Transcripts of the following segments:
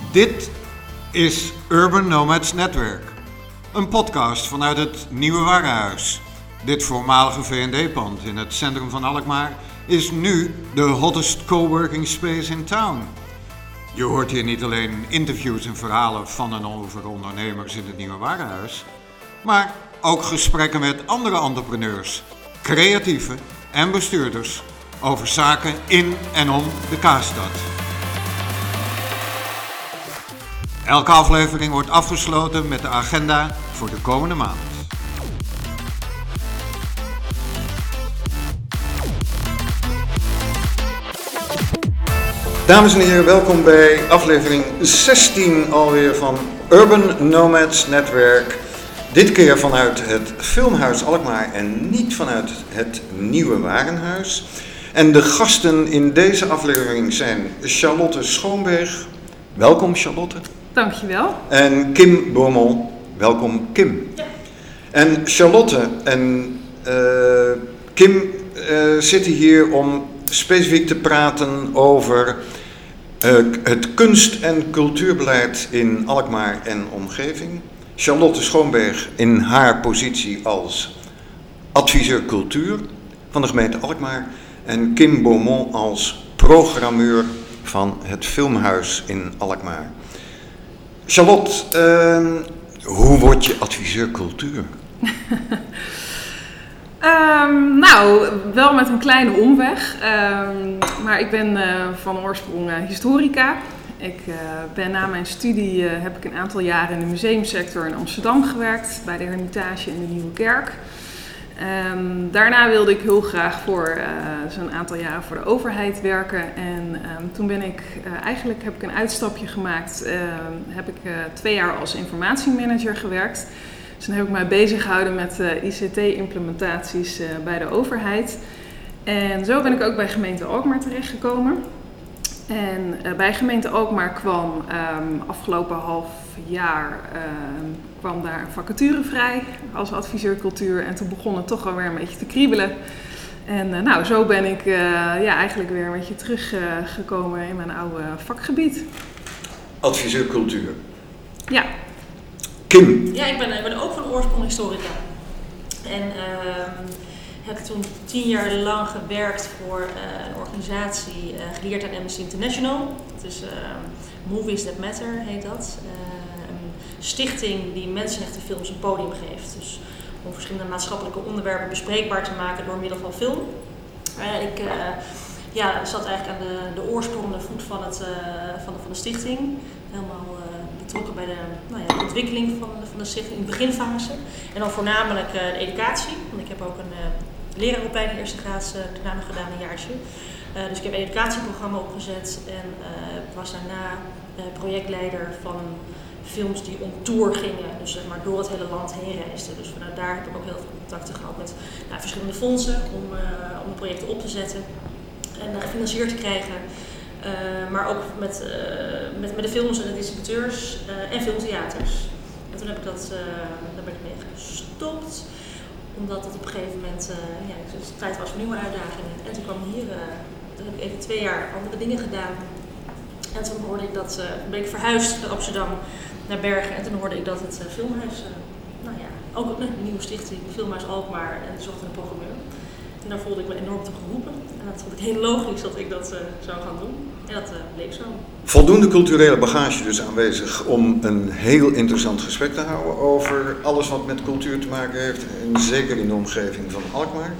Dit is Urban Nomads Netwerk, een podcast vanuit het Nieuwe Warenhuis. Dit voormalige V&D-pand in het centrum van Alkmaar is nu de hottest coworking space in town. Je hoort hier niet alleen interviews en verhalen van en over ondernemers in het Nieuwe Warenhuis, maar ook gesprekken met andere entrepreneurs, creatieven en bestuurders over zaken in en om de Kaasstad. Elke aflevering wordt afgesloten met de agenda voor de komende maand. Dames en heren, welkom bij aflevering 16 alweer van Urban Nomads Netwerk. Dit keer vanuit het Filmhuis Alkmaar en niet vanuit het Nieuwe Warenhuis. En de gasten in deze aflevering zijn Charlotte Schoonberg. Welkom Charlotte. Dankjewel. En Kim Beaumont. Welkom Kim. Ja. En Charlotte en Kim zitten hier om specifiek te praten over het kunst- en cultuurbeleid in Alkmaar en omgeving. Charlotte Schoonberg in haar positie als adviseur cultuur van de gemeente Alkmaar. En Kim Beaumont als programmeur van het Filmhuis in Alkmaar. Charlotte, hoe word je adviseur cultuur? Wel met een kleine omweg. Maar ik ben van oorsprong historica. Ik ben na mijn studie heb ik een aantal jaren in de museumsector in Amsterdam gewerkt. Bij de Hermitage en de Nieuwe Kerk. Daarna wilde ik heel graag voor zo'n aantal jaren voor de overheid werken. En toen ben ik, eigenlijk heb ik een uitstapje gemaakt. Heb ik 2 jaar als informatiemanager gewerkt. Dus dan heb ik mij bezig gehouden met ICT-implementaties bij de overheid. En zo ben ik ook bij gemeente Alkmaar terechtgekomen. En bij gemeente Alkmaar kwam afgelopen half jaar kwam daar een vacature vrij als adviseur cultuur. En toen begon het toch alweer een beetje te kriebelen. En zo ben ik eigenlijk weer een beetje teruggekomen in mijn oude vakgebied. Adviseur cultuur. Ja. Kim. Ja, ik ben ook van oorsprong historica. En heb toen 10 jaar lang gewerkt voor een organisatie geleerd aan Amnesty International. Het is Movies That Matter heet dat. Een stichting die mensenrechtenfilms een podium geeft. Dus om verschillende maatschappelijke onderwerpen bespreekbaar te maken door middel van film. Ik zat eigenlijk aan de oorsprongende voet van de stichting. Helemaal betrokken bij de ontwikkeling van de stichting in de beginfase. En dan voornamelijk de educatie. Want ik heb ook een leraaropleiding eerste graads daarna nog gedaan, een jaartje. Dus ik heb een educatieprogramma opgezet en was daarna projectleider van films die om tour gingen. Dus zeg maar door het hele land heen reisden. Dus vanuit daar heb ik ook heel veel contacten gehad met verschillende fondsen om de projecten op te zetten en gefinancierd te krijgen. Maar ook met de films en de distributeurs en filmtheaters. En toen heb ik daar ben ik mee gestopt. Omdat het op een gegeven moment het tijd was voor nieuwe uitdagingen. En toen kwam hier, toen heb ik even 2 jaar andere dingen gedaan. En toen hoorde ik ben ik verhuisd naar Amsterdam, naar Bergen. En toen hoorde ik dat het Filmhuis, ook een nieuwe stichting, Filmhuis Alkmaar, en zocht een programmeur. En daar voelde ik me enorm toe geroepen. En dat vond ik heel logisch dat ik dat zou gaan doen. En dat bleek zo. Voldoende culturele bagage dus aanwezig om een heel interessant gesprek te houden over alles wat met cultuur te maken heeft. En zeker in de omgeving van Alkmaar.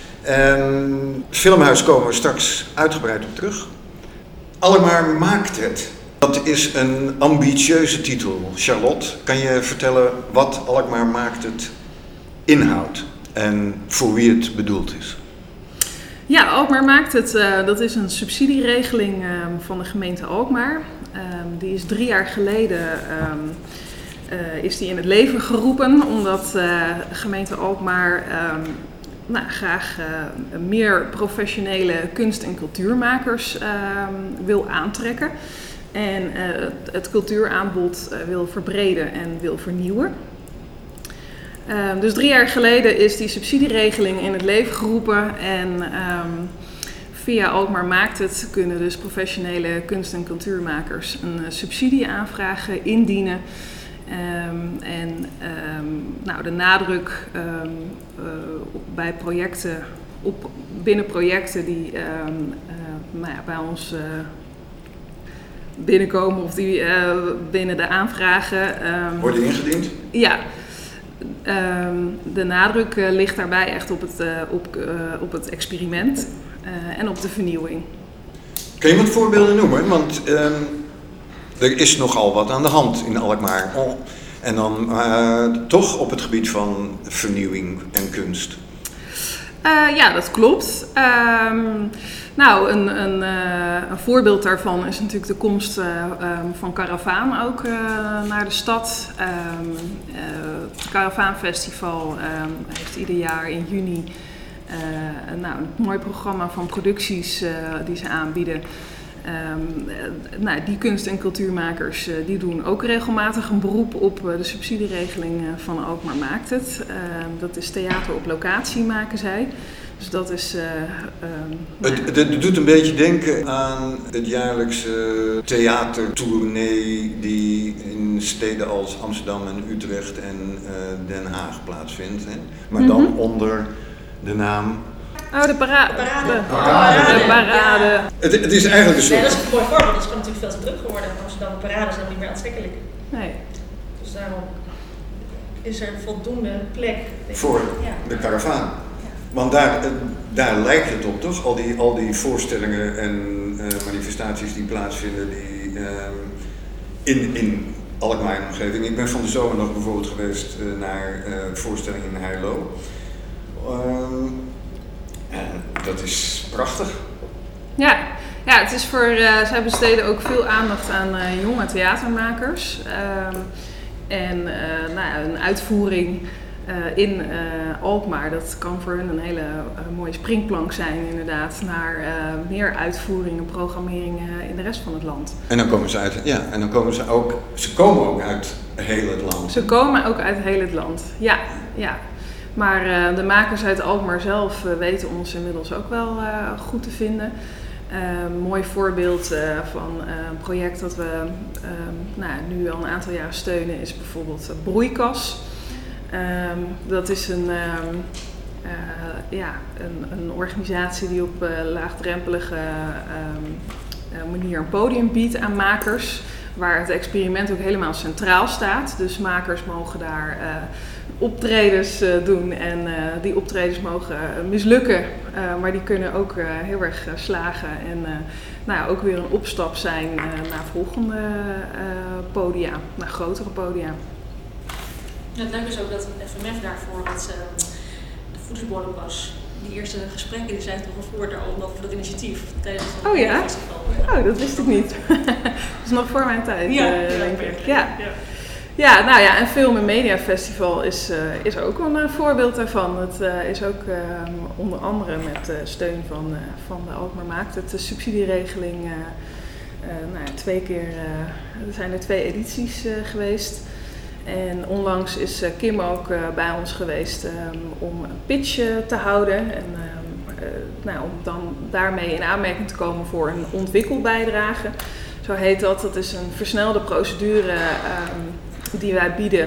Filmhuis komen we straks uitgebreid op terug. Alkmaar maakt het. Dat is een ambitieuze titel. Charlotte, kan je vertellen wat Alkmaar maakt het inhoudt en voor wie het bedoeld is? Ja, Alkmaar maakt het. Dat is een subsidieregeling van de gemeente Alkmaar. Die is 3 jaar geleden is die in het leven geroepen, omdat gemeente Alkmaar graag meer professionele kunst- en cultuurmakers wil aantrekken. En het cultuuraanbod wil verbreden en wil vernieuwen. Dus 3 jaar geleden is die subsidieregeling in het leven geroepen en Via Alkmaar Maakt Het kunnen dus professionele kunst- en cultuurmakers een subsidie aanvragen, indienen. De nadruk bij projecten, binnen projecten die bij ons binnenkomen of die binnen de aanvragen worden ingediend? Ja. De nadruk ligt daarbij echt op het experiment en op de vernieuwing. Kun je wat voorbeelden noemen? Want er is nogal wat aan de hand in Alkmaar. En dan toch op het gebied van vernieuwing en kunst. Ja, dat klopt. Een voorbeeld daarvan is natuurlijk de komst van Karavaan ook naar de stad. Het Karavaanfestival heeft ieder jaar in juni een mooi programma van producties die ze aanbieden. Die kunst- en cultuurmakers die doen ook regelmatig een beroep op de subsidieregeling van Alkmaar Maakt Het. Dat is theater op locatie maken zij. Dus dat is... Het doet een beetje denken aan het jaarlijkse theatertournee die in steden als Amsterdam en Utrecht en Den Haag plaatsvindt. Hè? Maar dan onder de naam... de parade. De parade. Ja. Het is eigenlijk een soort... Nee, dat is een mooi voorbeeld. Het is natuurlijk veel te druk geworden. Amsterdam parade zijn niet meer aantrekkelijk. Nee. Dus daarom is er voldoende plek voor de karavaan. Want daar lijkt het op, toch? Al die voorstellingen en manifestaties die plaatsvinden die in Alkmaar en omgeving. Ik ben van de zomer nog bijvoorbeeld geweest naar voorstellingen in Heilo. Dat is prachtig. Ja, het is zij besteden ook veel aandacht aan jonge theatermakers. Een uitvoering in Alkmaar, dat kan voor hun een hele mooie springplank zijn inderdaad naar meer uitvoeringen, programmeringen in de rest van het land. En dan komen ze komen ook uit heel het land. Ze komen ook uit heel het land, ja. Maar de makers uit Alkmaar zelf weten ons inmiddels ook wel goed te vinden. Een mooi voorbeeld van een project dat we nu al een aantal jaren steunen is bijvoorbeeld Broeikas. Dat is een organisatie die op laagdrempelige manier een podium biedt aan makers. Waar het experiment ook helemaal centraal staat. Dus makers mogen daar optredens doen en die optredens mogen mislukken. Maar die kunnen ook heel erg slagen en ook weer een opstap zijn naar volgende podia, naar grotere podia. Ja, het leuke is ook dat FMF daarvoor de voedingsbodem was. Die eerste gesprekken die zijn toch gevoerd over dat initiatief tijdens het festival. Oh, dat wist ik niet. Dat is nog voor mijn tijd, denk ik. Ja, en Film en Media Festival is ook een voorbeeld daarvan. Het is ook onder andere met steun van de Alkmaar Maakt Het, de subsidieregeling. 2 keer, er zijn er 2 edities geweest. En onlangs is Kim ook bij ons geweest om een pitch te houden. En om dan daarmee in aanmerking te komen voor een ontwikkelbijdrage. Zo heet dat. Dat is een versnelde procedure die wij bieden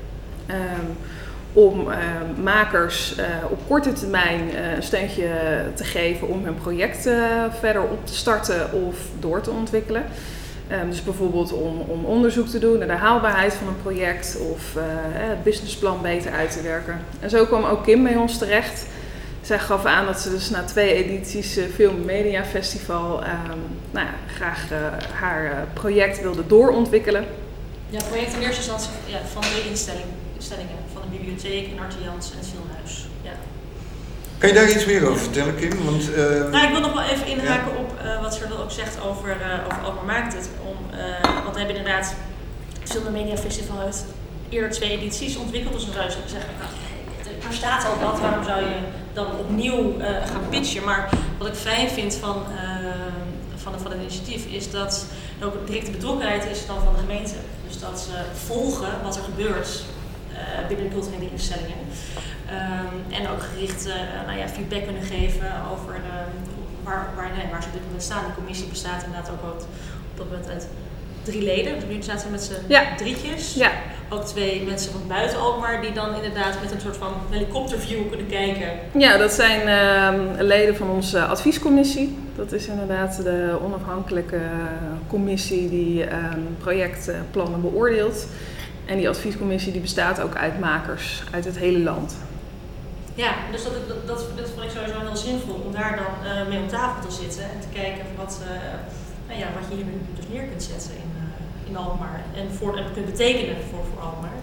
om makers op korte termijn een steuntje te geven om hun project verder op te starten of door te ontwikkelen. Dus bijvoorbeeld om onderzoek te doen naar de haalbaarheid van een project of het businessplan beter uit te werken. En zo kwam ook Kim bij ons terecht. Zij gaf aan dat ze dus na 2 edities Film en Media Festival graag haar project wilde doorontwikkelen. Ja, het project in eerste instantie van 3 instellingen, van de bibliotheek, en Arte Jans en het Filmhuis. Ja. Kan je daar iets meer over vertellen, Kim? Want, ik wil nog wel even inhaken op wat Charlotte ook zegt over Alkmaar Maakt Het. Want we hebben inderdaad het Film en Media Festival uit eerder 2 edities ontwikkeld. Dus dan zou je zeggen, er staat al wat, waarom zou je dan opnieuw gaan pitchen? Maar wat ik fijn vind van het initiatief is dat er ook een directe betrokkenheid is dan van de gemeente. Dus dat ze volgen wat er gebeurt binnen de culturele instellingen. En ook gericht feedback kunnen geven over waar ze op dit moment staan. De commissie bestaat inderdaad ook op dat moment uit 3 leden. Dus nu zaten we met z'n drietjes. Ja. Ook 2 mensen van buiten Alkmaar die dan inderdaad met een soort van helikopterview kunnen kijken. Ja, dat zijn leden van onze adviescommissie. Dat is inderdaad de onafhankelijke commissie die projectplannen beoordeelt. En die adviescommissie die bestaat ook uit makers uit het hele land. Ja, dus dat vond ik sowieso heel zinvol om daar dan mee om tafel te zitten en te kijken wat je hier nu dus neer kunt zetten in Alkmaar en kunt betekenen voor Alkmaar.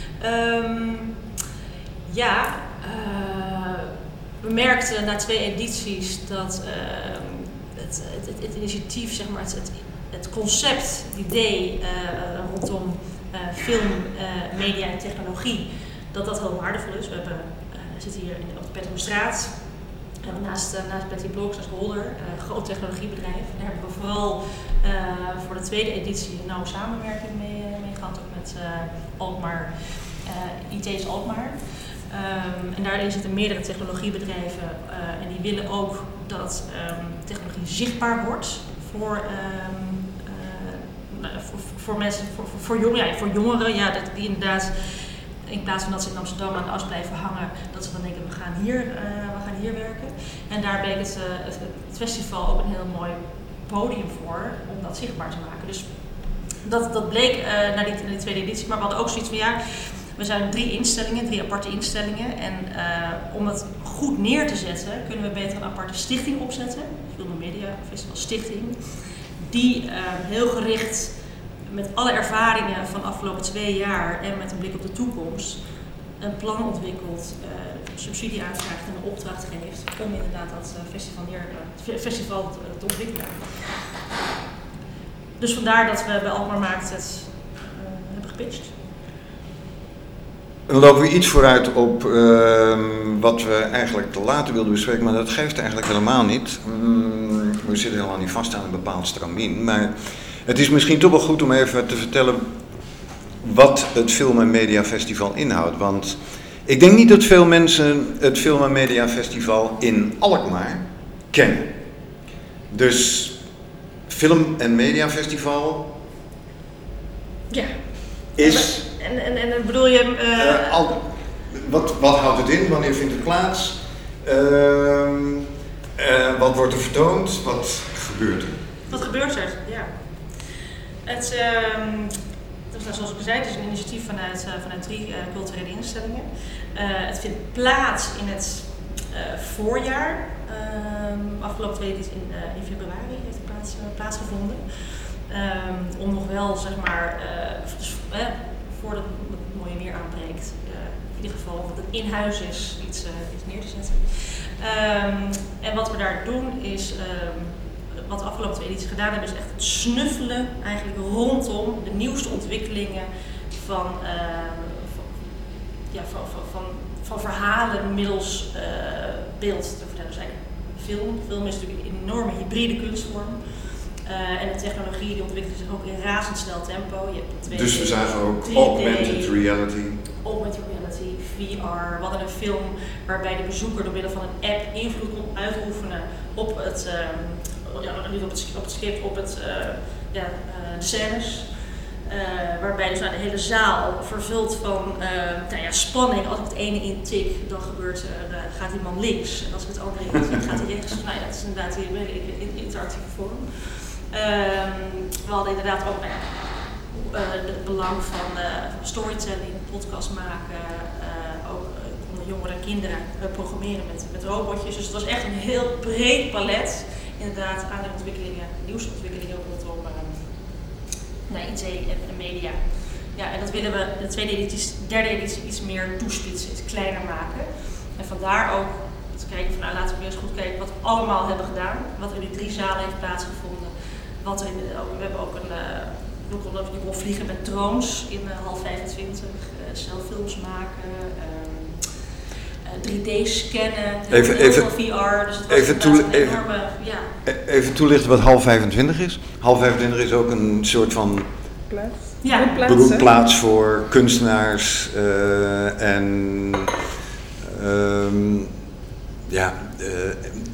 We merkten na 2 edities dat het initiatief, zeg maar, het concept, het idee rondom film, media en technologie, dat heel waardevol is. We zitten hier op de Petterstraat. Naast Betty Blocks, naast Holder, een groot technologiebedrijf. Daar hebben we vooral voor de 2e editie een nauwe samenwerking mee gehad, ook met Alkmaar, IT's Alkmaar. En daarin zitten meerdere technologiebedrijven en die willen ook dat technologie zichtbaar wordt voor mensen, voor jongeren, die inderdaad, in plaats van dat ze in Amsterdam aan de as blijven hangen, dat ze dan denken, we gaan hier werken. En daar bleek het festival ook een heel mooi podium voor om dat zichtbaar te maken. Dus dat bleek naar die 2e editie, maar we hadden ook zoiets van we zijn 3 aparte instellingen. En om het goed neer te zetten, kunnen we beter een aparte stichting opzetten, Film en Media Festival Stichting, die heel gericht met alle ervaringen van de afgelopen 2 jaar en met een blik op de toekomst een plan ontwikkelt, subsidie aanvraagt en een opdracht geeft om inderdaad dat festival te ontwikkelen. Dus vandaar dat we bij Alkmaar Maakt het hebben gepitcht. Dan lopen we iets vooruit op wat we eigenlijk te later wilden bespreken, maar dat geeft eigenlijk helemaal niet. We zitten helemaal niet vast aan een bepaald stramien, maar het is misschien toch wel goed om even te vertellen wat het Film en Media Festival inhoudt. Want ik denk niet dat veel mensen het Film en Media Festival in Alkmaar kennen. Dus Film en Media Festival is... En bedoel je... Wat houdt het in? Wanneer vindt het plaats? Wat wordt er vertoond? Wat gebeurt er? Wat gebeurt er? Ja. Zoals ik zei, het is een initiatief vanuit 3 culturele instellingen. Het vindt plaats in het voorjaar. Afgelopen 2 edities in februari heeft het plaatsgevonden. Om nog wel, zeg maar, voordat het mooie weer aanbreekt, in ieder geval dat het in huis is, iets neer te zetten. En wat we daar doen is, wat de afgelopen 2 edities gedaan hebben, is echt het snuffelen eigenlijk rondom de nieuwste ontwikkelingen van verhalen middels beeld te vertellen. Dus eigenlijk film is natuurlijk een enorme hybride kunstvorm. En de technologie die ontwikkelt zich ook in razendsnel tempo. Je hebt dus we zagen ook augmented reality. Augmented reality, VR. We hadden een film waarbij de bezoeker door middel van een app invloed kon uitoefenen op het script, op de scènes. Waarbij dus de hele zaal vervuld van spanning. Als ik het ene intik, dan gaat die man links. En als ik het andere intik, gaat hij rechts. Dat is inderdaad een interactieve vorm. We hadden inderdaad ook het belang van storytelling, podcast maken. Ook konden jongeren en kinderen programmeren met robotjes. Dus het was echt een heel breed palet inderdaad aan de ontwikkelingen, nieuwsontwikkelingen rondom IT en media. Ja, en dat willen we de 3e editie iets meer toespitsen, iets kleiner maken. En vandaar ook te kijken van laten we eens goed kijken wat we allemaal hebben gedaan, wat in die 3 zalen heeft plaatsgevonden. We hebben ook je kon vliegen met drones in 2025, zelf films maken, 3D scannen, heel VR. Dus het was een enorme... Even toelichten wat half 25 is. Half 25 is ook een soort van beroepplaats voor kunstenaars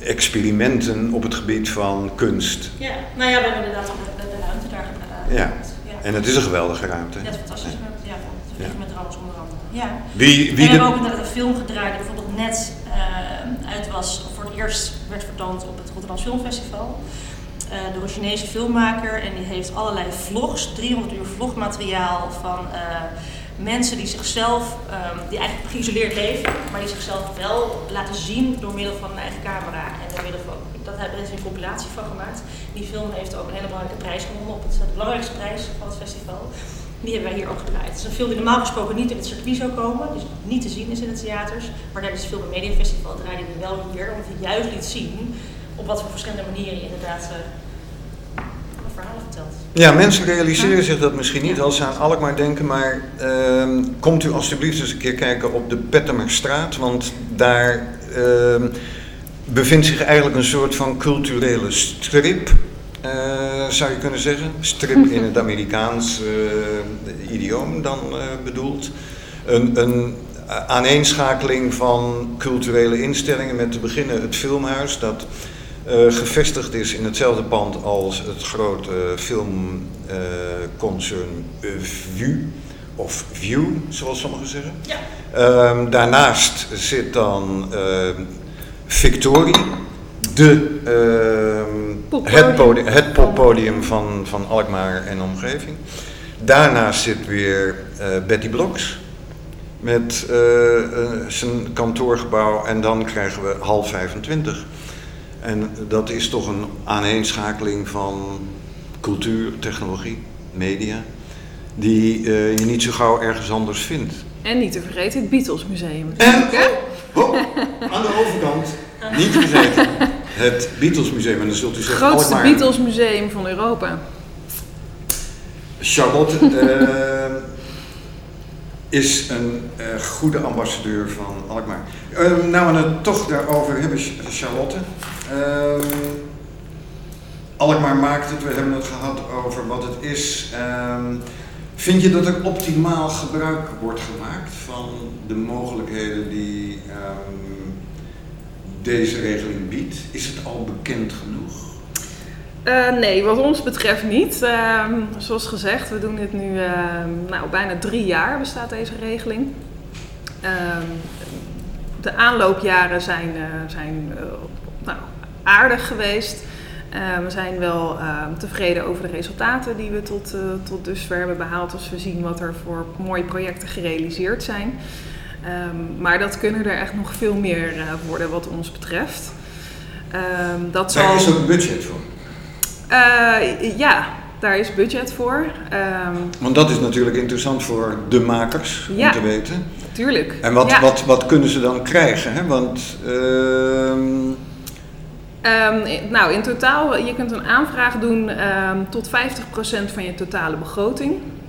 experimenten op het gebied van kunst. Ja, nou ja, we hebben inderdaad de ruimte daar gebruikt. Ja, en het is een geweldige ruimte. Ja, het is fantastisch. Ja, van met Rams onder andere. Ja. We hebben ook inderdaad een film gedraaid die bijvoorbeeld net uit was, voor het eerst werd vertoond op het Rotterdam Filmfestival. Door een Chinese filmmaker en die heeft allerlei vlogs, 300 uur vlogmateriaal van mensen die zichzelf, die eigenlijk geïsoleerd leven, maar die zichzelf wel laten zien door middel van een eigen camera. En door middel van, daar is een compilatie van gemaakt. Die film heeft ook een hele belangrijke prijs gewonnen, de belangrijkste prijs van het festival. Die hebben wij hier ook gedraaid. Het is een film die normaal gesproken niet in het circuit zou komen, dus niet te zien is in de theaters. Maar tijdens het Film en Media Festival draaide die wel hier, omdat hij juist liet zien op wat voor verschillende manieren je inderdaad verhalen vertelt. Ja, mensen realiseren zich dat misschien niet als ze aan Alkmaar denken, maar komt u alstublieft eens een keer kijken op de Pettemerstraat, want daar bevindt zich eigenlijk een soort van culturele strip, zou je kunnen zeggen. Strip in het Amerikaans idioom dan bedoeld. Een aaneenschakeling van culturele instellingen, met te beginnen het Filmhuis, dat gevestigd is in hetzelfde pand als het grote filmconcern View, of View, zoals sommigen zeggen. Ja. Daarnaast zit dan Victorie, het poppodium van Alkmaar en omgeving. Daarnaast zit weer Betty Blocks met zijn kantoorgebouw en dan krijgen we Hal 25. En dat is toch een aaneenschakeling van cultuur, technologie, media, die je niet zo gauw ergens anders vindt. En niet te vergeten het Beatles Museum. En aan de overkant, niet te vergeten, het Beatles Museum. En dan zult u zeggen, het grootste Beatles Museum van Europa. Charlotte is een goede ambassadeur van Alkmaar. Nou, we het toch daarover hebben, Charlotte. Alkmaar maakt het, we hebben het gehad over wat het is. Vind je dat er optimaal gebruik wordt gemaakt van de mogelijkheden die deze regeling biedt? Is het al bekend genoeg? Nee, wat ons betreft niet. Zoals gezegd, we doen dit nu bijna 3 jaar bestaat deze regeling. De aanloopjaren zijn aardig geweest. We zijn wel tevreden over de resultaten die we tot dusver hebben behaald als we zien wat er voor mooie projecten gerealiseerd zijn. Maar dat kunnen er echt nog veel meer worden wat ons betreft. Daar is ook budget voor? Ja, daar is budget voor. Want dat is natuurlijk interessant voor de makers om te weten. Tuurlijk. En wat kunnen ze dan krijgen? Hè? Want in totaal, je kunt een aanvraag doen tot 50% van je totale begroting.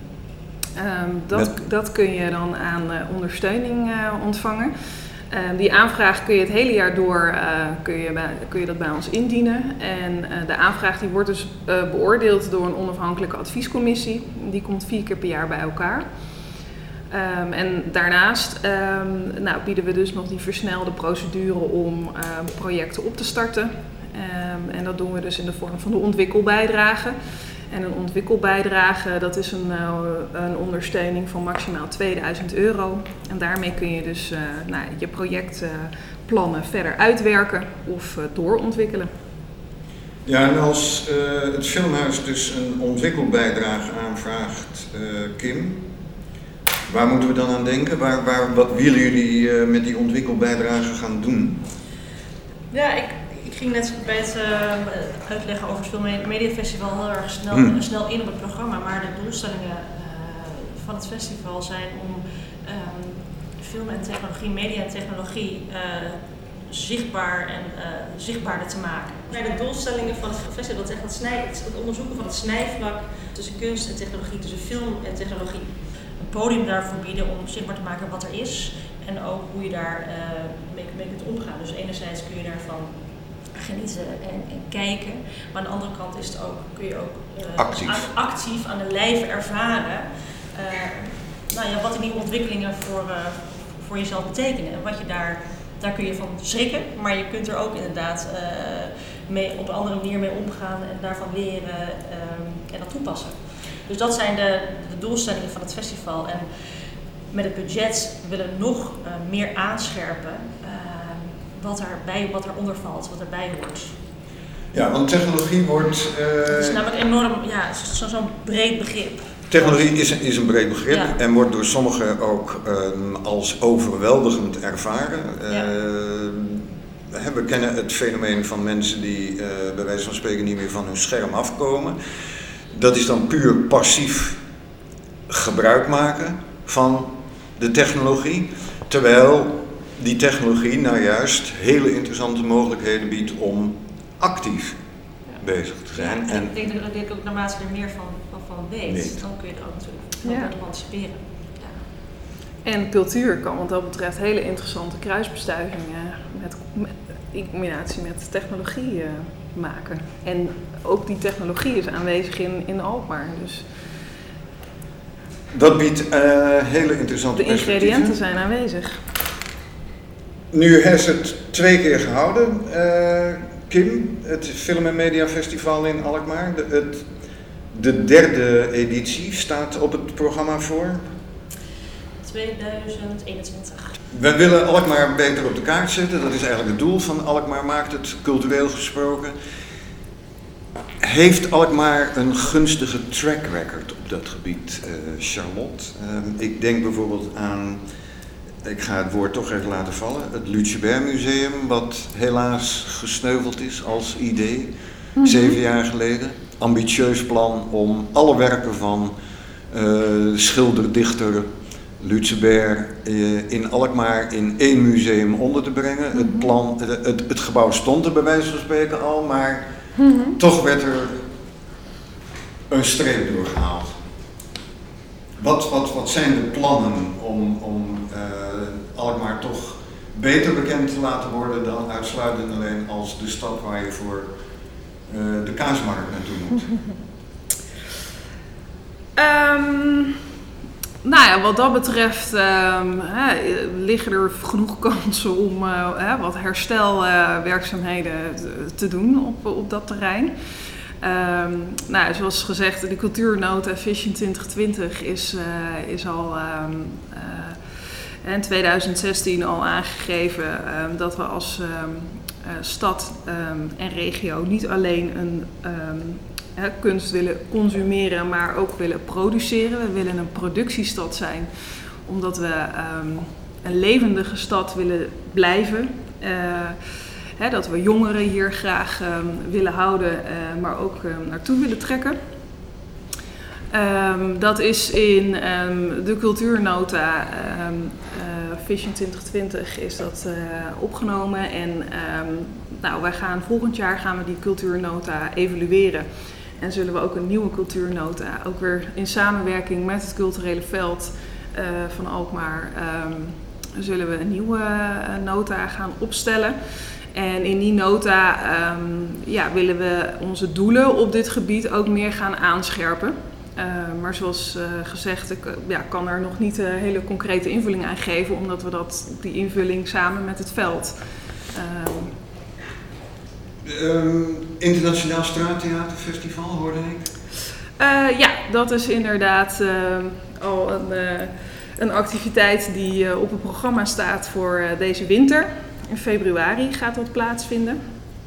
Dat kun je dan aan ondersteuning ontvangen. Die aanvraag kun je het hele jaar door kun je dat bij ons indienen. En de aanvraag die wordt dus beoordeeld door een onafhankelijke adviescommissie. Die komt 4 keer per jaar bij elkaar. En daarnaast bieden we dus nog die versnelde procedure om projecten op te starten. En dat doen we dus in de vorm van de ontwikkelbijdrage. En een ontwikkelbijdrage, dat is een ondersteuning van maximaal €2000. En daarmee kun je dus je projectplannen verder uitwerken of doorontwikkelen. Ja, en als het Filmhuis dus een ontwikkelbijdrage aanvraagt, Kim, waar moeten we dan aan denken? Wat willen jullie met die ontwikkelbijdrage gaan doen? Ja, ik ging net bij het uitleggen over het Film en Media Festival heel erg snel in op het programma. Maar de doelstellingen van het festival zijn om film en technologie, media en technologie zichtbaar en zichtbaarder te maken. De doelstellingen van het festival is echt het onderzoeken van het snijvlak tussen kunst en technologie, tussen film en technologie. Een podium daarvoor bieden om zichtbaar te maken wat er is en ook hoe je daar mee kunt omgaan. Dus enerzijds kun je daarvan genieten en kijken, maar aan de andere kant kun je ook actief aan de lijve ervaren wat die nieuwe ontwikkelingen voor jezelf betekenen en wat je Daar kun je van schrikken, maar je kunt er ook inderdaad op een andere manier mee omgaan en daarvan leren en dat toepassen. Dus dat zijn de doelstellingen van het festival. En met het budget willen we nog meer aanscherpen wat eronder valt, wat erbij hoort. Ja, want technologie wordt... Het is namelijk enorm, zo'n breed begrip. Technologie is een breed begrip Ja. en wordt door sommigen ook als overweldigend ervaren. We kennen het fenomeen van mensen die bij wijze van spreken niet meer van hun scherm afkomen. Dat is dan puur passief gebruik maken van de technologie. Terwijl die technologie nou juist hele interessante mogelijkheden biedt om actief bezig te zijn. Ja, en ik denk dat ik ook naarmate er meer van weet, dan kun je er ook natuurlijk van participeren. Ja. En cultuur kan wat dat betreft hele interessante kruisbestuivingen in combinatie met technologie maken. En ook die technologie is aanwezig in Alkmaar. Dus dat biedt hele interessante de ingrediënten zijn aanwezig. Nu is het 2 keer gehouden, Kim, het Film en Media Festival in Alkmaar. De 3e editie staat op het programma voor 2021. We willen Alkmaar beter op de kaart zetten. Dat is eigenlijk het doel van Alkmaar Maakt Het, cultureel gesproken. Heeft Alkmaar een gunstige track record op dat gebied, Charlotte? Ik denk bijvoorbeeld aan, ik ga het woord toch even laten vallen, het Lucebert Museum, wat helaas gesneuveld is als idee, 7 jaar geleden. Ambitieus plan om alle werken van schilder, dichter Lucebert in Alkmaar in 1 museum onder te brengen. Het gebouw stond er bij wijze van spreken al, maar toch werd er een streep doorgehaald. Wat zijn de plannen om Alkmaar toch beter bekend te laten worden dan uitsluitend alleen als de stad waar je voor de kaasmarkt naartoe moet? Nou ja, wat dat betreft liggen er genoeg kansen om wat herstelwerkzaamheden te doen op dat terrein. Zoals gezegd, de cultuurnota Vision 2020 is al in 2016 al aangegeven dat we als stad en regio niet alleen een kunst willen consumeren, maar ook willen produceren. We willen een productiestad zijn, omdat we een levendige stad willen blijven. Dat we jongeren hier graag willen houden, maar ook naartoe willen trekken. Dat is in de cultuurnota Vision 2020 is dat opgenomen. En volgend jaar gaan we die cultuurnota evalueren. En zullen we ook een nieuwe cultuurnota, ook weer in samenwerking met het culturele veld van Alkmaar, zullen we een nieuwe nota gaan opstellen. En in die nota willen we onze doelen op dit gebied ook meer gaan aanscherpen. Maar zoals gezegd, ik kan er nog niet een hele concrete invulling aan geven, omdat we die invulling samen met het veld. Internationaal Straattheaterfestival, hoorde ik? Dat is inderdaad al een activiteit die op het programma staat voor deze winter. In februari gaat dat plaatsvinden.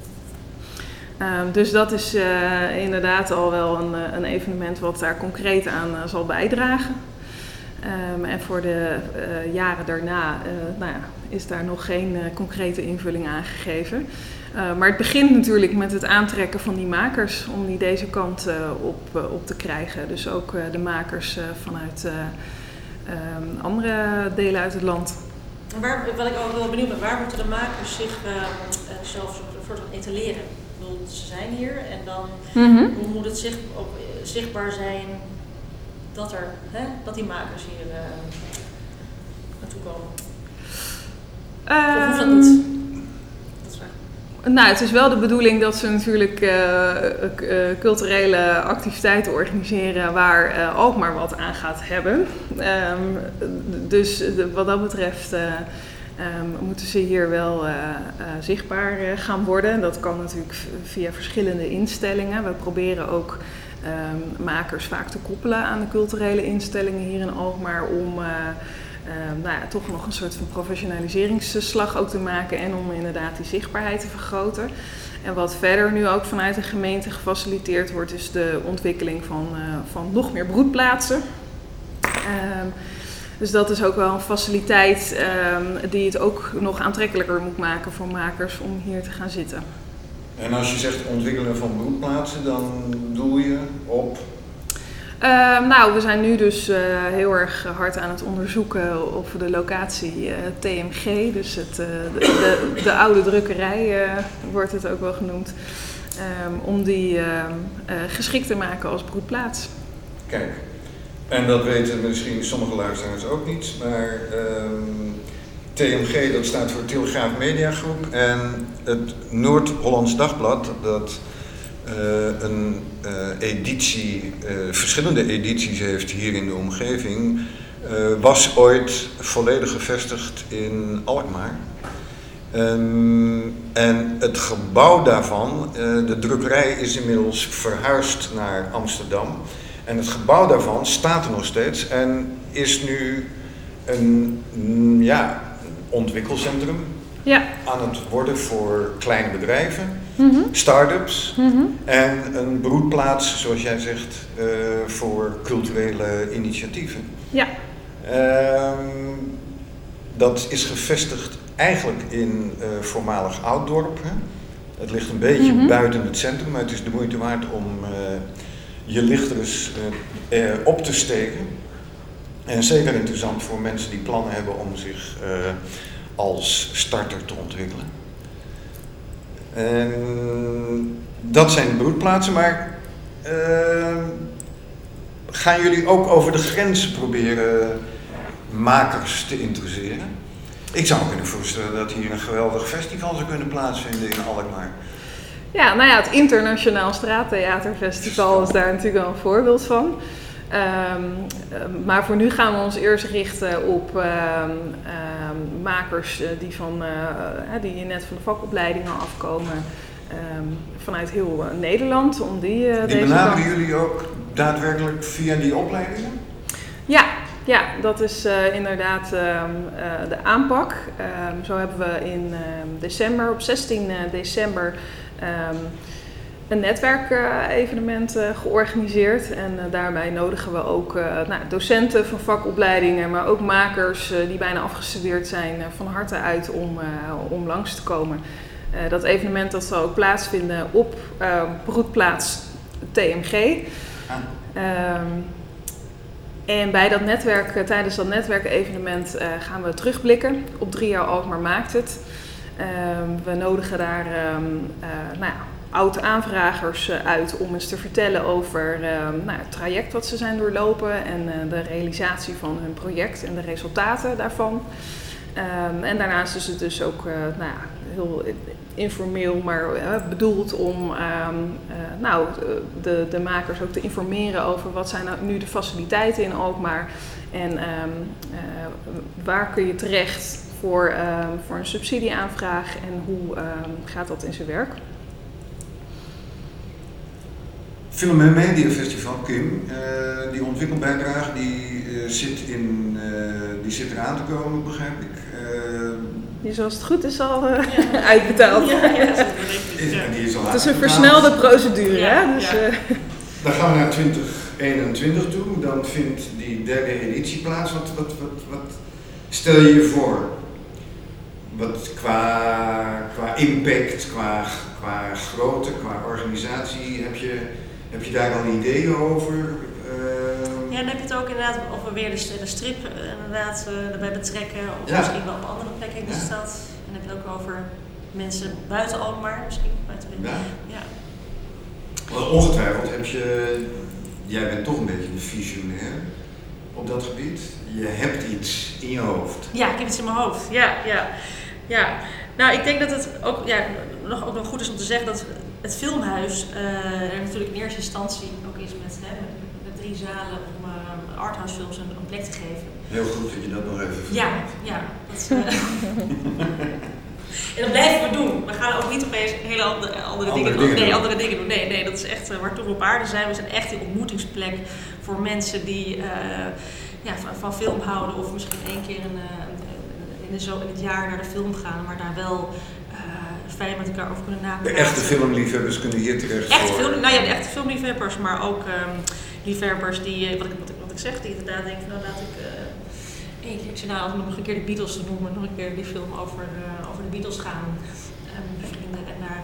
Dus dat is inderdaad al wel een evenement wat daar concreet aan zal bijdragen. En voor de jaren daarna is daar nog geen concrete invulling aangegeven. Maar het begint natuurlijk met het aantrekken van die makers om die deze kant op te krijgen. Dus ook de makers vanuit andere delen uit het land. Wat ik ook wel benieuwd ben, waar moeten de makers zich zelf soort van etaleren? Ik bedoel, ze zijn hier en dan hoe moet het zichtbaar zijn dat die makers hier naartoe komen? Of hoeft dat niet? Dat is waar. Het is wel de bedoeling dat ze natuurlijk culturele activiteiten organiseren waar Alkmaar wat aan gaat hebben. Dus wat dat betreft moeten ze hier wel zichtbaar gaan worden. Dat kan natuurlijk via verschillende instellingen. We proberen ook makers vaak te koppelen aan de culturele instellingen hier in Alkmaar om toch nog een soort van professionaliseringsslag ook te maken en om inderdaad die zichtbaarheid te vergroten. En wat verder nu ook vanuit de gemeente gefaciliteerd wordt, is de ontwikkeling van nog meer broedplaatsen. Dus dat is ook wel een faciliteit die het ook nog aantrekkelijker moet maken voor makers om hier te gaan zitten. En als je zegt ontwikkelen van broedplaatsen, dan doel je op? We zijn nu dus heel erg hard aan het onderzoeken of de locatie TMG, dus de oude drukkerij wordt het ook wel genoemd, om die geschikt te maken als broedplaats. Kijk, en dat weten misschien sommige luisteraars ook niet, maar TMG, dat staat voor Telegraaf Media Groep, en het Noord-Hollands Dagblad, dat een editie, verschillende edities heeft hier in de omgeving, was ooit volledig gevestigd in Alkmaar. En het gebouw daarvan, de drukkerij, is inmiddels verhuisd naar Amsterdam. En het gebouw daarvan staat er nog steeds en is nu een ontwikkelcentrum aan het worden voor kleine bedrijven, start-ups en een broedplaats, zoals jij zegt, voor culturele initiatieven. Ja. Dat is gevestigd eigenlijk in voormalig Ouddorp. Hè? Het ligt een beetje buiten het centrum, maar het is de moeite waard om je licht er eens op te steken. En zeker interessant voor mensen die plannen hebben om zich als starter te ontwikkelen. En dat zijn de broedplaatsen, maar gaan jullie ook over de grenzen proberen makers te interesseren? Ik zou me kunnen voorstellen dat hier een geweldig festival zou kunnen plaatsvinden in Alkmaar. Ja, het Internationaal Straattheaterfestival is daar natuurlijk wel een voorbeeld van. Maar voor nu gaan we ons eerst richten op makers die net van de vakopleidingen afkomen vanuit heel Nederland. Om die benaderen jullie ook daadwerkelijk via die opleidingen? Ja, dat is inderdaad de aanpak. Zo hebben we in december, op 16 december, een netwerkevenement georganiseerd. En daarbij nodigen we ook docenten van vakopleidingen, maar ook makers die bijna afgestudeerd zijn, van harte uit om langs te komen. Dat evenement dat zal ook plaatsvinden op broedplaats TMG. En bij dat netwerk, tijdens dat netwerkevenement gaan we terugblikken op 3 jaar Alkmaar maakt het. We nodigen daar oud-aanvragers uit om eens te vertellen over het traject wat ze zijn doorlopen en de realisatie van hun project en de resultaten daarvan. En daarnaast is het dus ook heel informeel, maar bedoeld om de makers ook te informeren over wat zijn nou nu de faciliteiten in Alkmaar en waar kun je terecht voor een subsidieaanvraag en hoe gaat dat in zijn werk. Film en Media Festival, Kim, die ontwikkelbijdrage die zit eraan te komen, begrijp ik. Die zoals het goed is al uitbetaald. Die is al het is een versnelde procedure. Hè? Dus, dan gaan we naar 2021 toe, dan vindt die 3e editie plaats. Wat stel je je voor? Wat qua impact, qua grootte, qua organisatie, heb je daar al ideeën over? Ja, dan heb je het ook inderdaad of we weer de strip erbij betrekken, of misschien wel op andere plekken in de stad. En dan heb je het ook over mensen buiten Alkmaar, misschien buiten de Want ongetwijfeld jij bent toch een beetje een visionair op dat gebied. Je hebt iets in je hoofd. Ja, ik heb iets in mijn hoofd. Ja. Nou, ik denk dat het ook nog goed is om te zeggen dat het filmhuis er natuurlijk in eerste instantie ook is met 3 3 zalen om arthouse films een plek te geven. Heel goed dat je dat nog even vertelt. Ja. En dat blijven we doen. We gaan ook niet opeens hele andere dingen doen. Andere dingen doen. Nee, dat is echt waartoe we op aarde zijn. We zijn echt een ontmoetingsplek voor mensen die van film houden of misschien 1 keer in het jaar naar de film gaan, maar daar wel fijn met elkaar over kunnen napraten. De echte filmliefhebbers kunnen hier terecht. De echte filmliefhebbers, maar ook liefhebbers die, wat ik zeg, die inderdaad denken van laat ik ik zei als we nog een keer de Beatles te noemen, nog een keer die film over de Beatles gaan bevrienden en daar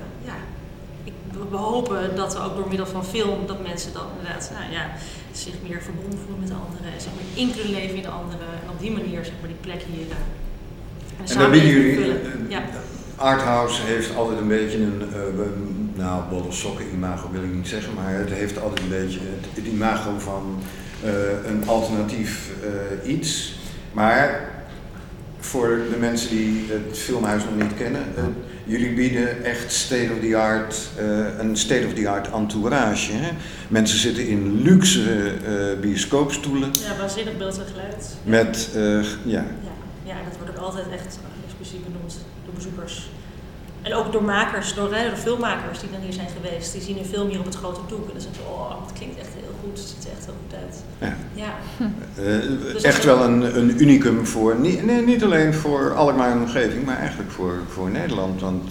we hopen dat we ook door middel van film dat mensen dan inderdaad zich meer verbonden voelen met de anderen, zeg maar in kunnen leven in de anderen en op die manier zeg maar die plek hier en dan willen jullie Arthouse heeft altijd een beetje een bolle sokken imago wil ik niet zeggen, maar het heeft altijd een beetje het imago van een alternatief iets. Maar voor de mensen die het filmhuis nog niet kennen, jullie bieden echt een state-of-the-art entourage. Hè? Mensen zitten in luxe bioscoopstoelen. Ja, waanzinnig beeld en geluid. Met, Ja, dat wordt ook altijd echt exclusief benoemd door bezoekers. En ook door makers, door filmmakers die dan hier zijn geweest. Die zien een film hier op het grote doek en dan zeggen ze, het klinkt echt heel goed, het ziet er echt heel goed uit. Ja. Dus echt wel een unicum voor, niet alleen voor Alkmaar en omgeving, maar eigenlijk voor Nederland. Want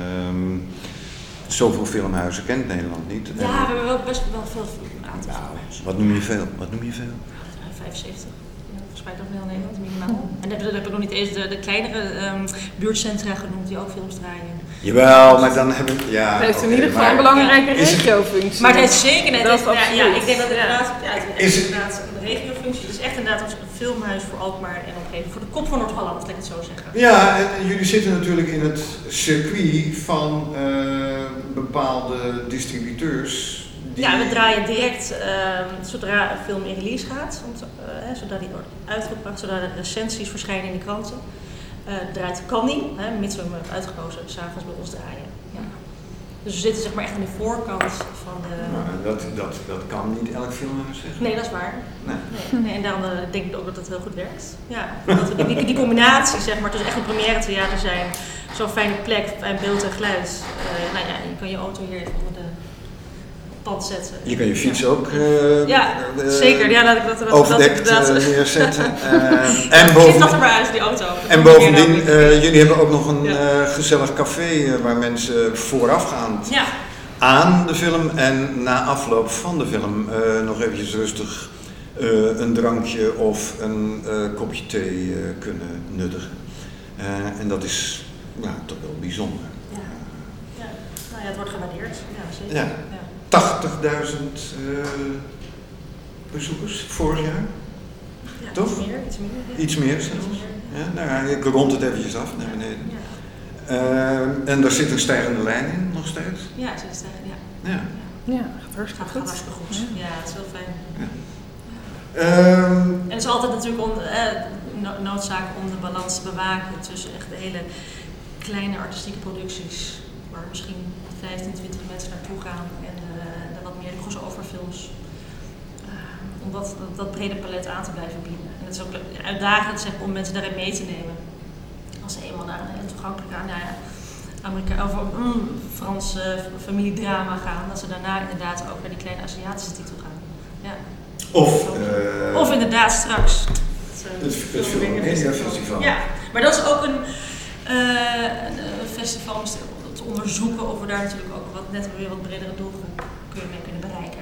zoveel filmhuizen kent Nederland niet. Ja, we hebben wel best wel veel aantal. Wat noem je veel? 75. Verspreid over heel Nederland, minimaal. En dan heb ik nog niet eens de kleinere buurtcentra genoemd die ook films draaien. Jawel, maar dan hebben we... Ja, het heeft in ieder geval een belangrijke regiofunctie. Maar het heeft zeker net... Ik denk dat het is inderdaad een regiofunctie. Het is echt inderdaad een filmhuis voor Alkmaar en omgeving. Voor de kop van Noord-Holland, laat ik het zo zeggen. Ja, en jullie zitten natuurlijk in het circuit van bepaalde distributeurs. Ja, we draaien direct zodra een film in release gaat, zodra die wordt uitgebracht, zodra de recensies verschijnen in de kranten. Draait Candy, mits we hem hebben uitgekozen, s'avonds bij ons draaien. Ja. Dus we zitten zeg maar echt aan de voorkant van de... Dat kan niet elk filmhuis zeggen. Nee, dat is waar. Nee, en daarom denk ik ook dat het heel goed werkt. Ja, dat we die combinatie zeg maar tussen echt een première theater zijn, zo'n fijne plek, fijn beeld en geluid. Je kan je auto hier even onder de pad zetten. Je kan je fiets ook zeker. Ja, laat ik dat overdekt neerzetten. En bovendien, dat er maar uit, die auto. En bovendien, jullie hebben ook nog een gezellig café waar mensen voorafgaand aan de film en na afloop van de film nog eventjes rustig een drankje of een kopje thee kunnen nuttigen. En dat is toch wel bijzonder. Ja, het wordt gewaardeerd. Ja, zeker. Ja. 80.000 bezoekers vorig jaar. Ja, toch? Iets meer zelfs. Ja, ik rond het eventjes af naar beneden. Ja. En daar zit een stijgende lijn in nog steeds. Ja, het zit stijgend, Ja, gaat hartstikke goed. Ja, het is heel fijn. Ja. En het is altijd natuurlijk noodzaak om de balans te bewaken tussen echt de hele kleine artistieke producties, waar misschien 15, 20 mensen naartoe gaan en de wat meer crossoverfilms. Om dat brede palet aan te blijven bieden. En het is ook uitdagend zeg, om mensen daarin mee te nemen. Als ze eenmaal naar een toegankelijk Franse familiedrama gaan, dat ze daarna inderdaad ook naar die kleine Aziatische titel gaan. Ja. Of inderdaad straks het Film Festival. Ja, maar dat is ook een festival om te onderzoeken of we daar natuurlijk ook weer wat bredere doelgroep mee kunnen bereiken.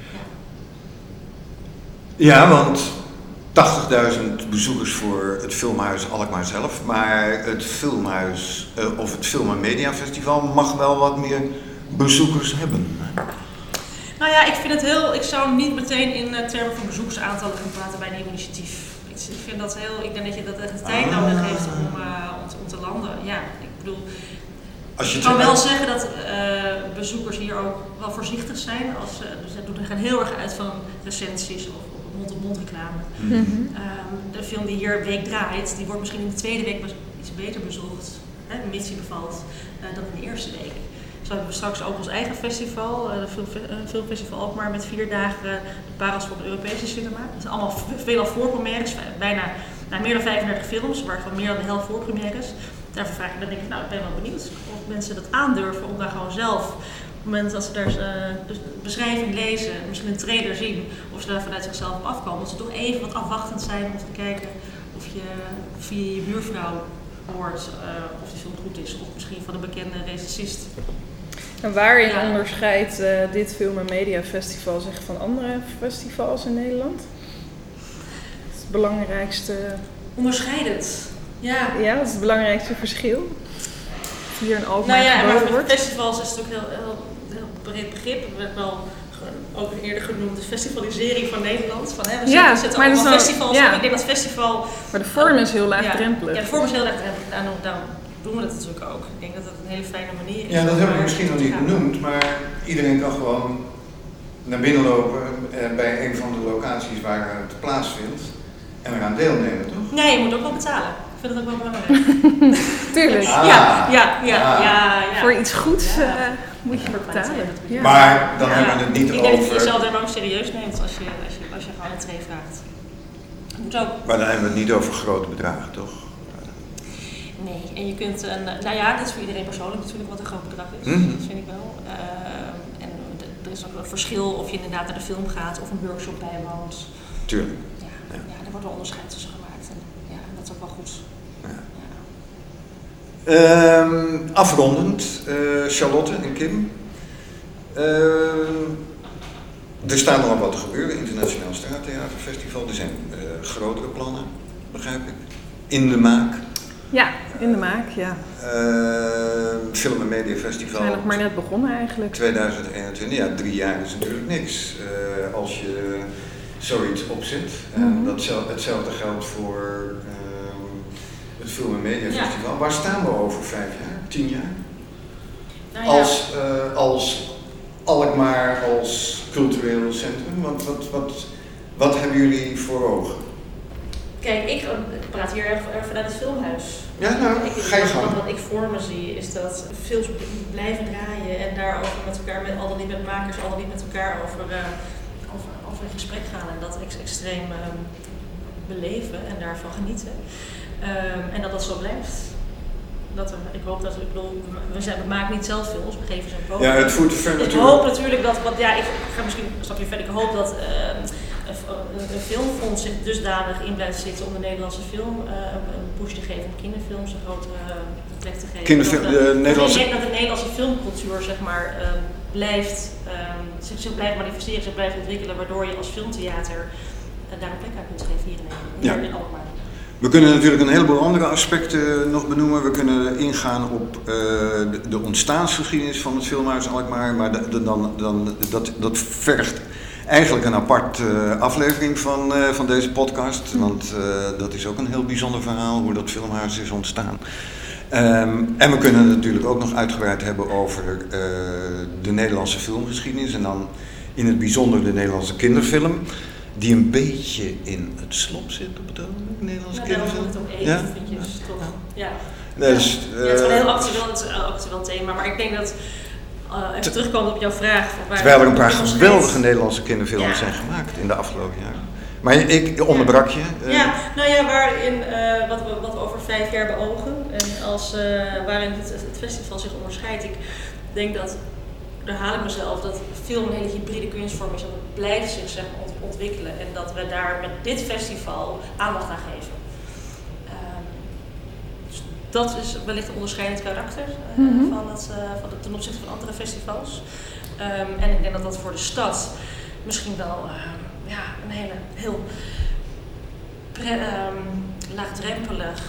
Ja, want 80.000 bezoekers voor het filmhuis Alkmaar zelf, maar het filmhuis of het Film en Media Festival mag wel wat meer bezoekers hebben. Nou ja, ik zou niet meteen in termen van bezoekersaantallen gaan praten bij een nieuw initiatief. Ik denk dat je dat echt de tijd nodig heeft om te landen. Ja, ik bedoel, ik kan wel zeggen dat bezoekers hier ook wel voorzichtig zijn. Ze gaan heel erg uit van recensies of mond-op-mond reclame. Mm-hmm. De film die hier een week draait, die wordt misschien in de tweede week iets beter bezocht, mits die bevalt, dan in de eerste week. Zo hebben we straks ook ons eigen festival, de filmfestival Alkmaar met 4 dagen de parels voor de Europese cinema. Dat zijn allemaal veelal voorpremières, bijna meer dan 35 films, waarvan meer dan de helft voorpremières. Daarvoor vraag ik, dan denk ik, nou, ik ben wel benieuwd of mensen dat aandurven om daar gewoon zelf, op het moment dat ze daar de beschrijving lezen, misschien een trailer zien, of ze daar vanuit zichzelf op afkomen, dat ze toch even wat afwachtend zijn om te kijken of je via je buurvrouw hoort of die film goed is, of misschien van een bekende recensist. En waarin onderscheidt dit Film en Media Festival zich van andere festivals in Nederland? Het belangrijkste... Onderscheidend. Ja, dat is het belangrijkste verschil. Hier een Alkmaar maar geboden voor wordt. festivals is het ook heel breed begrip. Het werd wel ook eerder genoemd de festivalisering van Nederland. We zetten allemaal festivals op. Ik denk dat festival... Maar de vorm is heel laagdrempelig. Ja, de vorm is heel laagdrempelig. Daarom doen we dat natuurlijk ook. Ik denk dat het een hele fijne manier is. Ja, dat hebben we misschien nog niet benoemd, maar iedereen kan gewoon naar binnen lopen bij een van de locaties waar het plaatsvindt en eraan deelnemen, toch? Nee, je moet ook wel betalen. Ik vind dat ook wel belangrijk. Tuurlijk. Ja. Voor iets goeds moet je betalen. Ja. Maar dan hebben we het niet Ik over... denk dat je jezelf daar ook serieus neemt als je gewoon een tree vraagt. Moet ook. Maar dan hebben we het niet over grote bedragen, toch? Nee, en je kunt, dit is voor iedereen persoonlijk natuurlijk wat een groot bedrag is, dat vind ik wel. En er is ook een verschil of je inderdaad naar de film gaat of een workshop bijwoont. Tuurlijk. Ja, er wordt wel onderscheid tussen gemaakt en dat is ook wel goed. Afrondend, Charlotte en Kim. Er staat nog wat te gebeuren, Internationaal Straattheaterfestival. Er zijn grotere plannen, begrijp ik, in de maak. Ja, in de maak, ja. Film en Media Festival. We zijn nog maar net begonnen eigenlijk. 2021, 3 jaar is natuurlijk niks als je zoiets opzet. Hetzelfde geldt voor het Film en Media Festival. Waar staan we over 5 jaar, 10 jaar? Als Alkmaar, als cultureel centrum, wat hebben jullie voor ogen? Kijk, ik praat hier erg vanuit het filmhuis. Ja, nou, ga je gang. Wat ik voor me zie is dat films blijven draaien en daarover met elkaar, al dan niet met makers, al dan niet met elkaar over in gesprek gaan en dat extreem beleven en daarvan genieten. En dat zo blijft. We maken niet zelf films, we geven ze een podium. Ja, het voert te ver natuurlijk. Ik hoop natuurlijk dat, ik ga misschien een stapje verder, ik hoop dat een filmfonds zich dusdanig in blijft zitten om de Nederlandse film een push te geven, om kinderfilms een grotere plek te geven. Dat de Nederlandse filmcultuur zich blijft manifesteren, zich blijft ontwikkelen, waardoor je als filmtheater daar een plek aan kunt geven hier in Alkmaar. We kunnen natuurlijk een heleboel andere aspecten nog benoemen. We kunnen ingaan op de ontstaansgeschiedenis van het Filmhuis Alkmaar, maar dat vergt eigenlijk een apart aflevering van deze podcast, want dat is ook een heel bijzonder verhaal hoe dat filmhuis is ontstaan. En we kunnen het natuurlijk ook nog uitgebreid hebben over de Nederlandse filmgeschiedenis en dan in het bijzonder de Nederlandse kinderfilm, die een beetje in het slop zit op het ogenblik, Nederlandse kinderfilm. Daar moet het om eventjes, toch? Ja. Het is een heel actueel thema, maar ik denk dat, even terugkomend op jouw vraag. Terwijl er een paar geweldige Nederlandse kinderfilms zijn gemaakt in de afgelopen jaren. Maar ik onderbrak je. Waarin wat we over 5 jaar beogen en waarin het festival zich onderscheidt. Ik denk dat, daar haal ik mezelf, dat film een hele hybride kunstvorm is en het blijft zich ontwikkelen en dat we daar met dit festival aandacht aan geven. Dat is wellicht een onderscheidend karakter ten opzichte van andere festivals. En ik denk dat dat voor de stad misschien wel een heel laagdrempelig,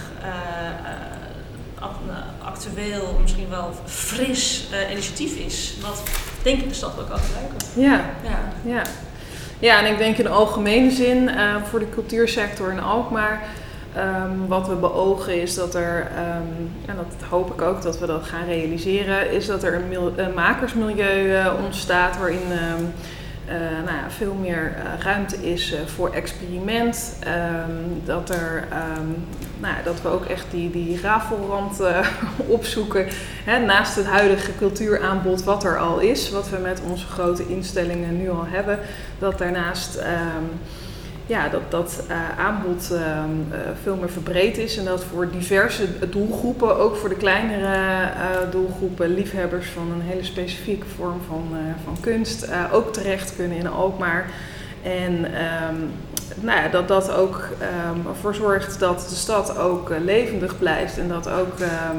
actueel, misschien wel fris initiatief is. Wat denk ik de stad ook kan gebruiken. Ja, en ik denk in algemene zin voor de cultuursector in Alkmaar. Wat we beogen is dat er, en dat hoop ik ook dat we dat gaan realiseren, is dat er een makersmilieu ontstaat waarin veel meer ruimte is voor experiment. Dat we ook echt die rafelrand opzoeken. Naast het huidige cultuuraanbod wat er al is, wat we met onze grote instellingen nu al hebben. Dat daarnaast dat aanbod veel meer verbreed is en dat voor diverse doelgroepen, ook voor de kleinere doelgroepen, liefhebbers van een hele specifieke vorm van kunst, ook terecht kunnen in Alkmaar. En dat ook ervoor zorgt dat de stad ook levendig blijft en dat ook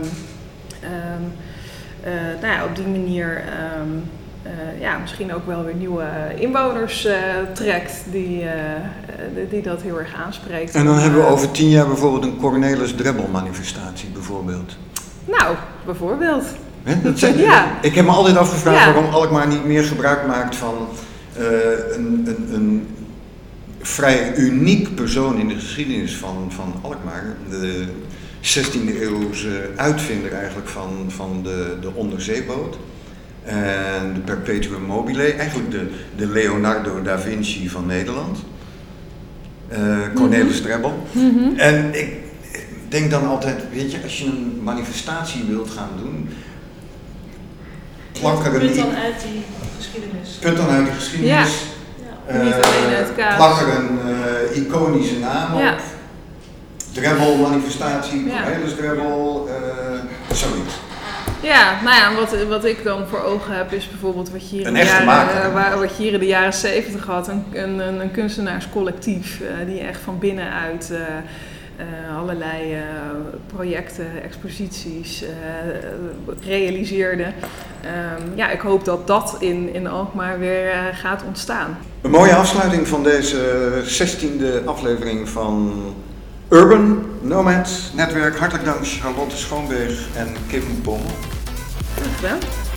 op die manier misschien ook wel weer nieuwe inwoners trekt die dat heel erg aanspreekt. En dan hebben we over 10 jaar bijvoorbeeld een Cornelis Drebbel manifestatie bijvoorbeeld. Nou, bijvoorbeeld. Ik heb me altijd afgevraagd waarom Alkmaar niet meer gebruik maakt van een vrij uniek persoon in de geschiedenis van Alkmaar. De 16e eeuwse uitvinder eigenlijk van de onderzeeboot. En de Perpetuum mobile, eigenlijk de Leonardo da Vinci van Nederland. Cornelis Drebbel. Mm-hmm. En ik denk dan altijd, weet je, als je een manifestatie wilt gaan doen, plak er punt dan uit die geschiedenis. Ja. Niet alleen uit kaas. Plak er een iconische naam op. Drebbel manifestatie, Cornelis Drebbel, zoiets. Ja, wat ik dan voor ogen heb is bijvoorbeeld wat je hier in de jaren 70 had. Een kunstenaarscollectief die echt van binnenuit allerlei projecten, exposities realiseerde. Ik hoop dat dat in Alkmaar weer gaat ontstaan. Een mooie afsluiting van deze 16e aflevering van Urban Nomads Netwerk. Hartelijk dank Charlotte Schoonberg en Kim Pommel. Dankjewel.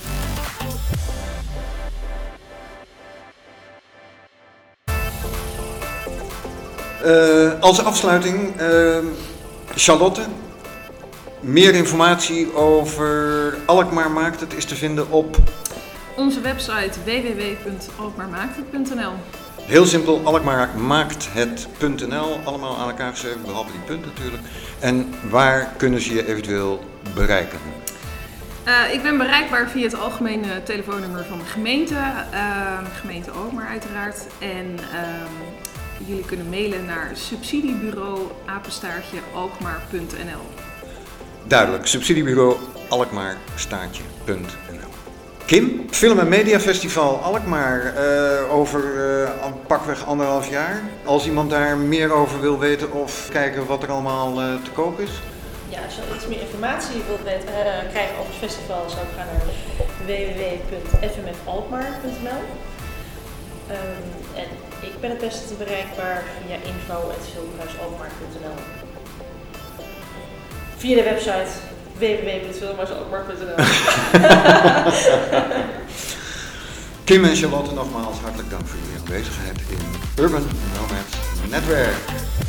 Als afsluiting, Charlotte, meer informatie over Alkmaar Maakt Het is te vinden op onze website www.alkmaarmaakthet.nl. Heel simpel, alkmaarmaakthet.nl, allemaal aan elkaar geschreven, behalve die punt natuurlijk. En waar kunnen ze je eventueel bereiken? Ik ben bereikbaar via het algemene telefoonnummer van de gemeente, gemeente Alkmaar uiteraard. En jullie kunnen mailen naar subsidiebureau@alkmaar.nl. Duidelijk, subsidiebureau alkmaar.nl. Kim, Film en Media Festival Alkmaar over pakweg 1,5 jaar. Als iemand daar meer over wil weten of kijken wat er allemaal te koop is. Ja, als je iets meer informatie wilt krijgen over het festival, zou ik gaan naar www.fmfalkmaar.nl. En ik ben het beste bereikbaar via info@filmhuisalkmaar.nl. Via de website www.filmhuisalkmaar.nl. Kim en Charlotte, nogmaals hartelijk dank voor jullie aanwezigheid in Urban Nomads Netwerk.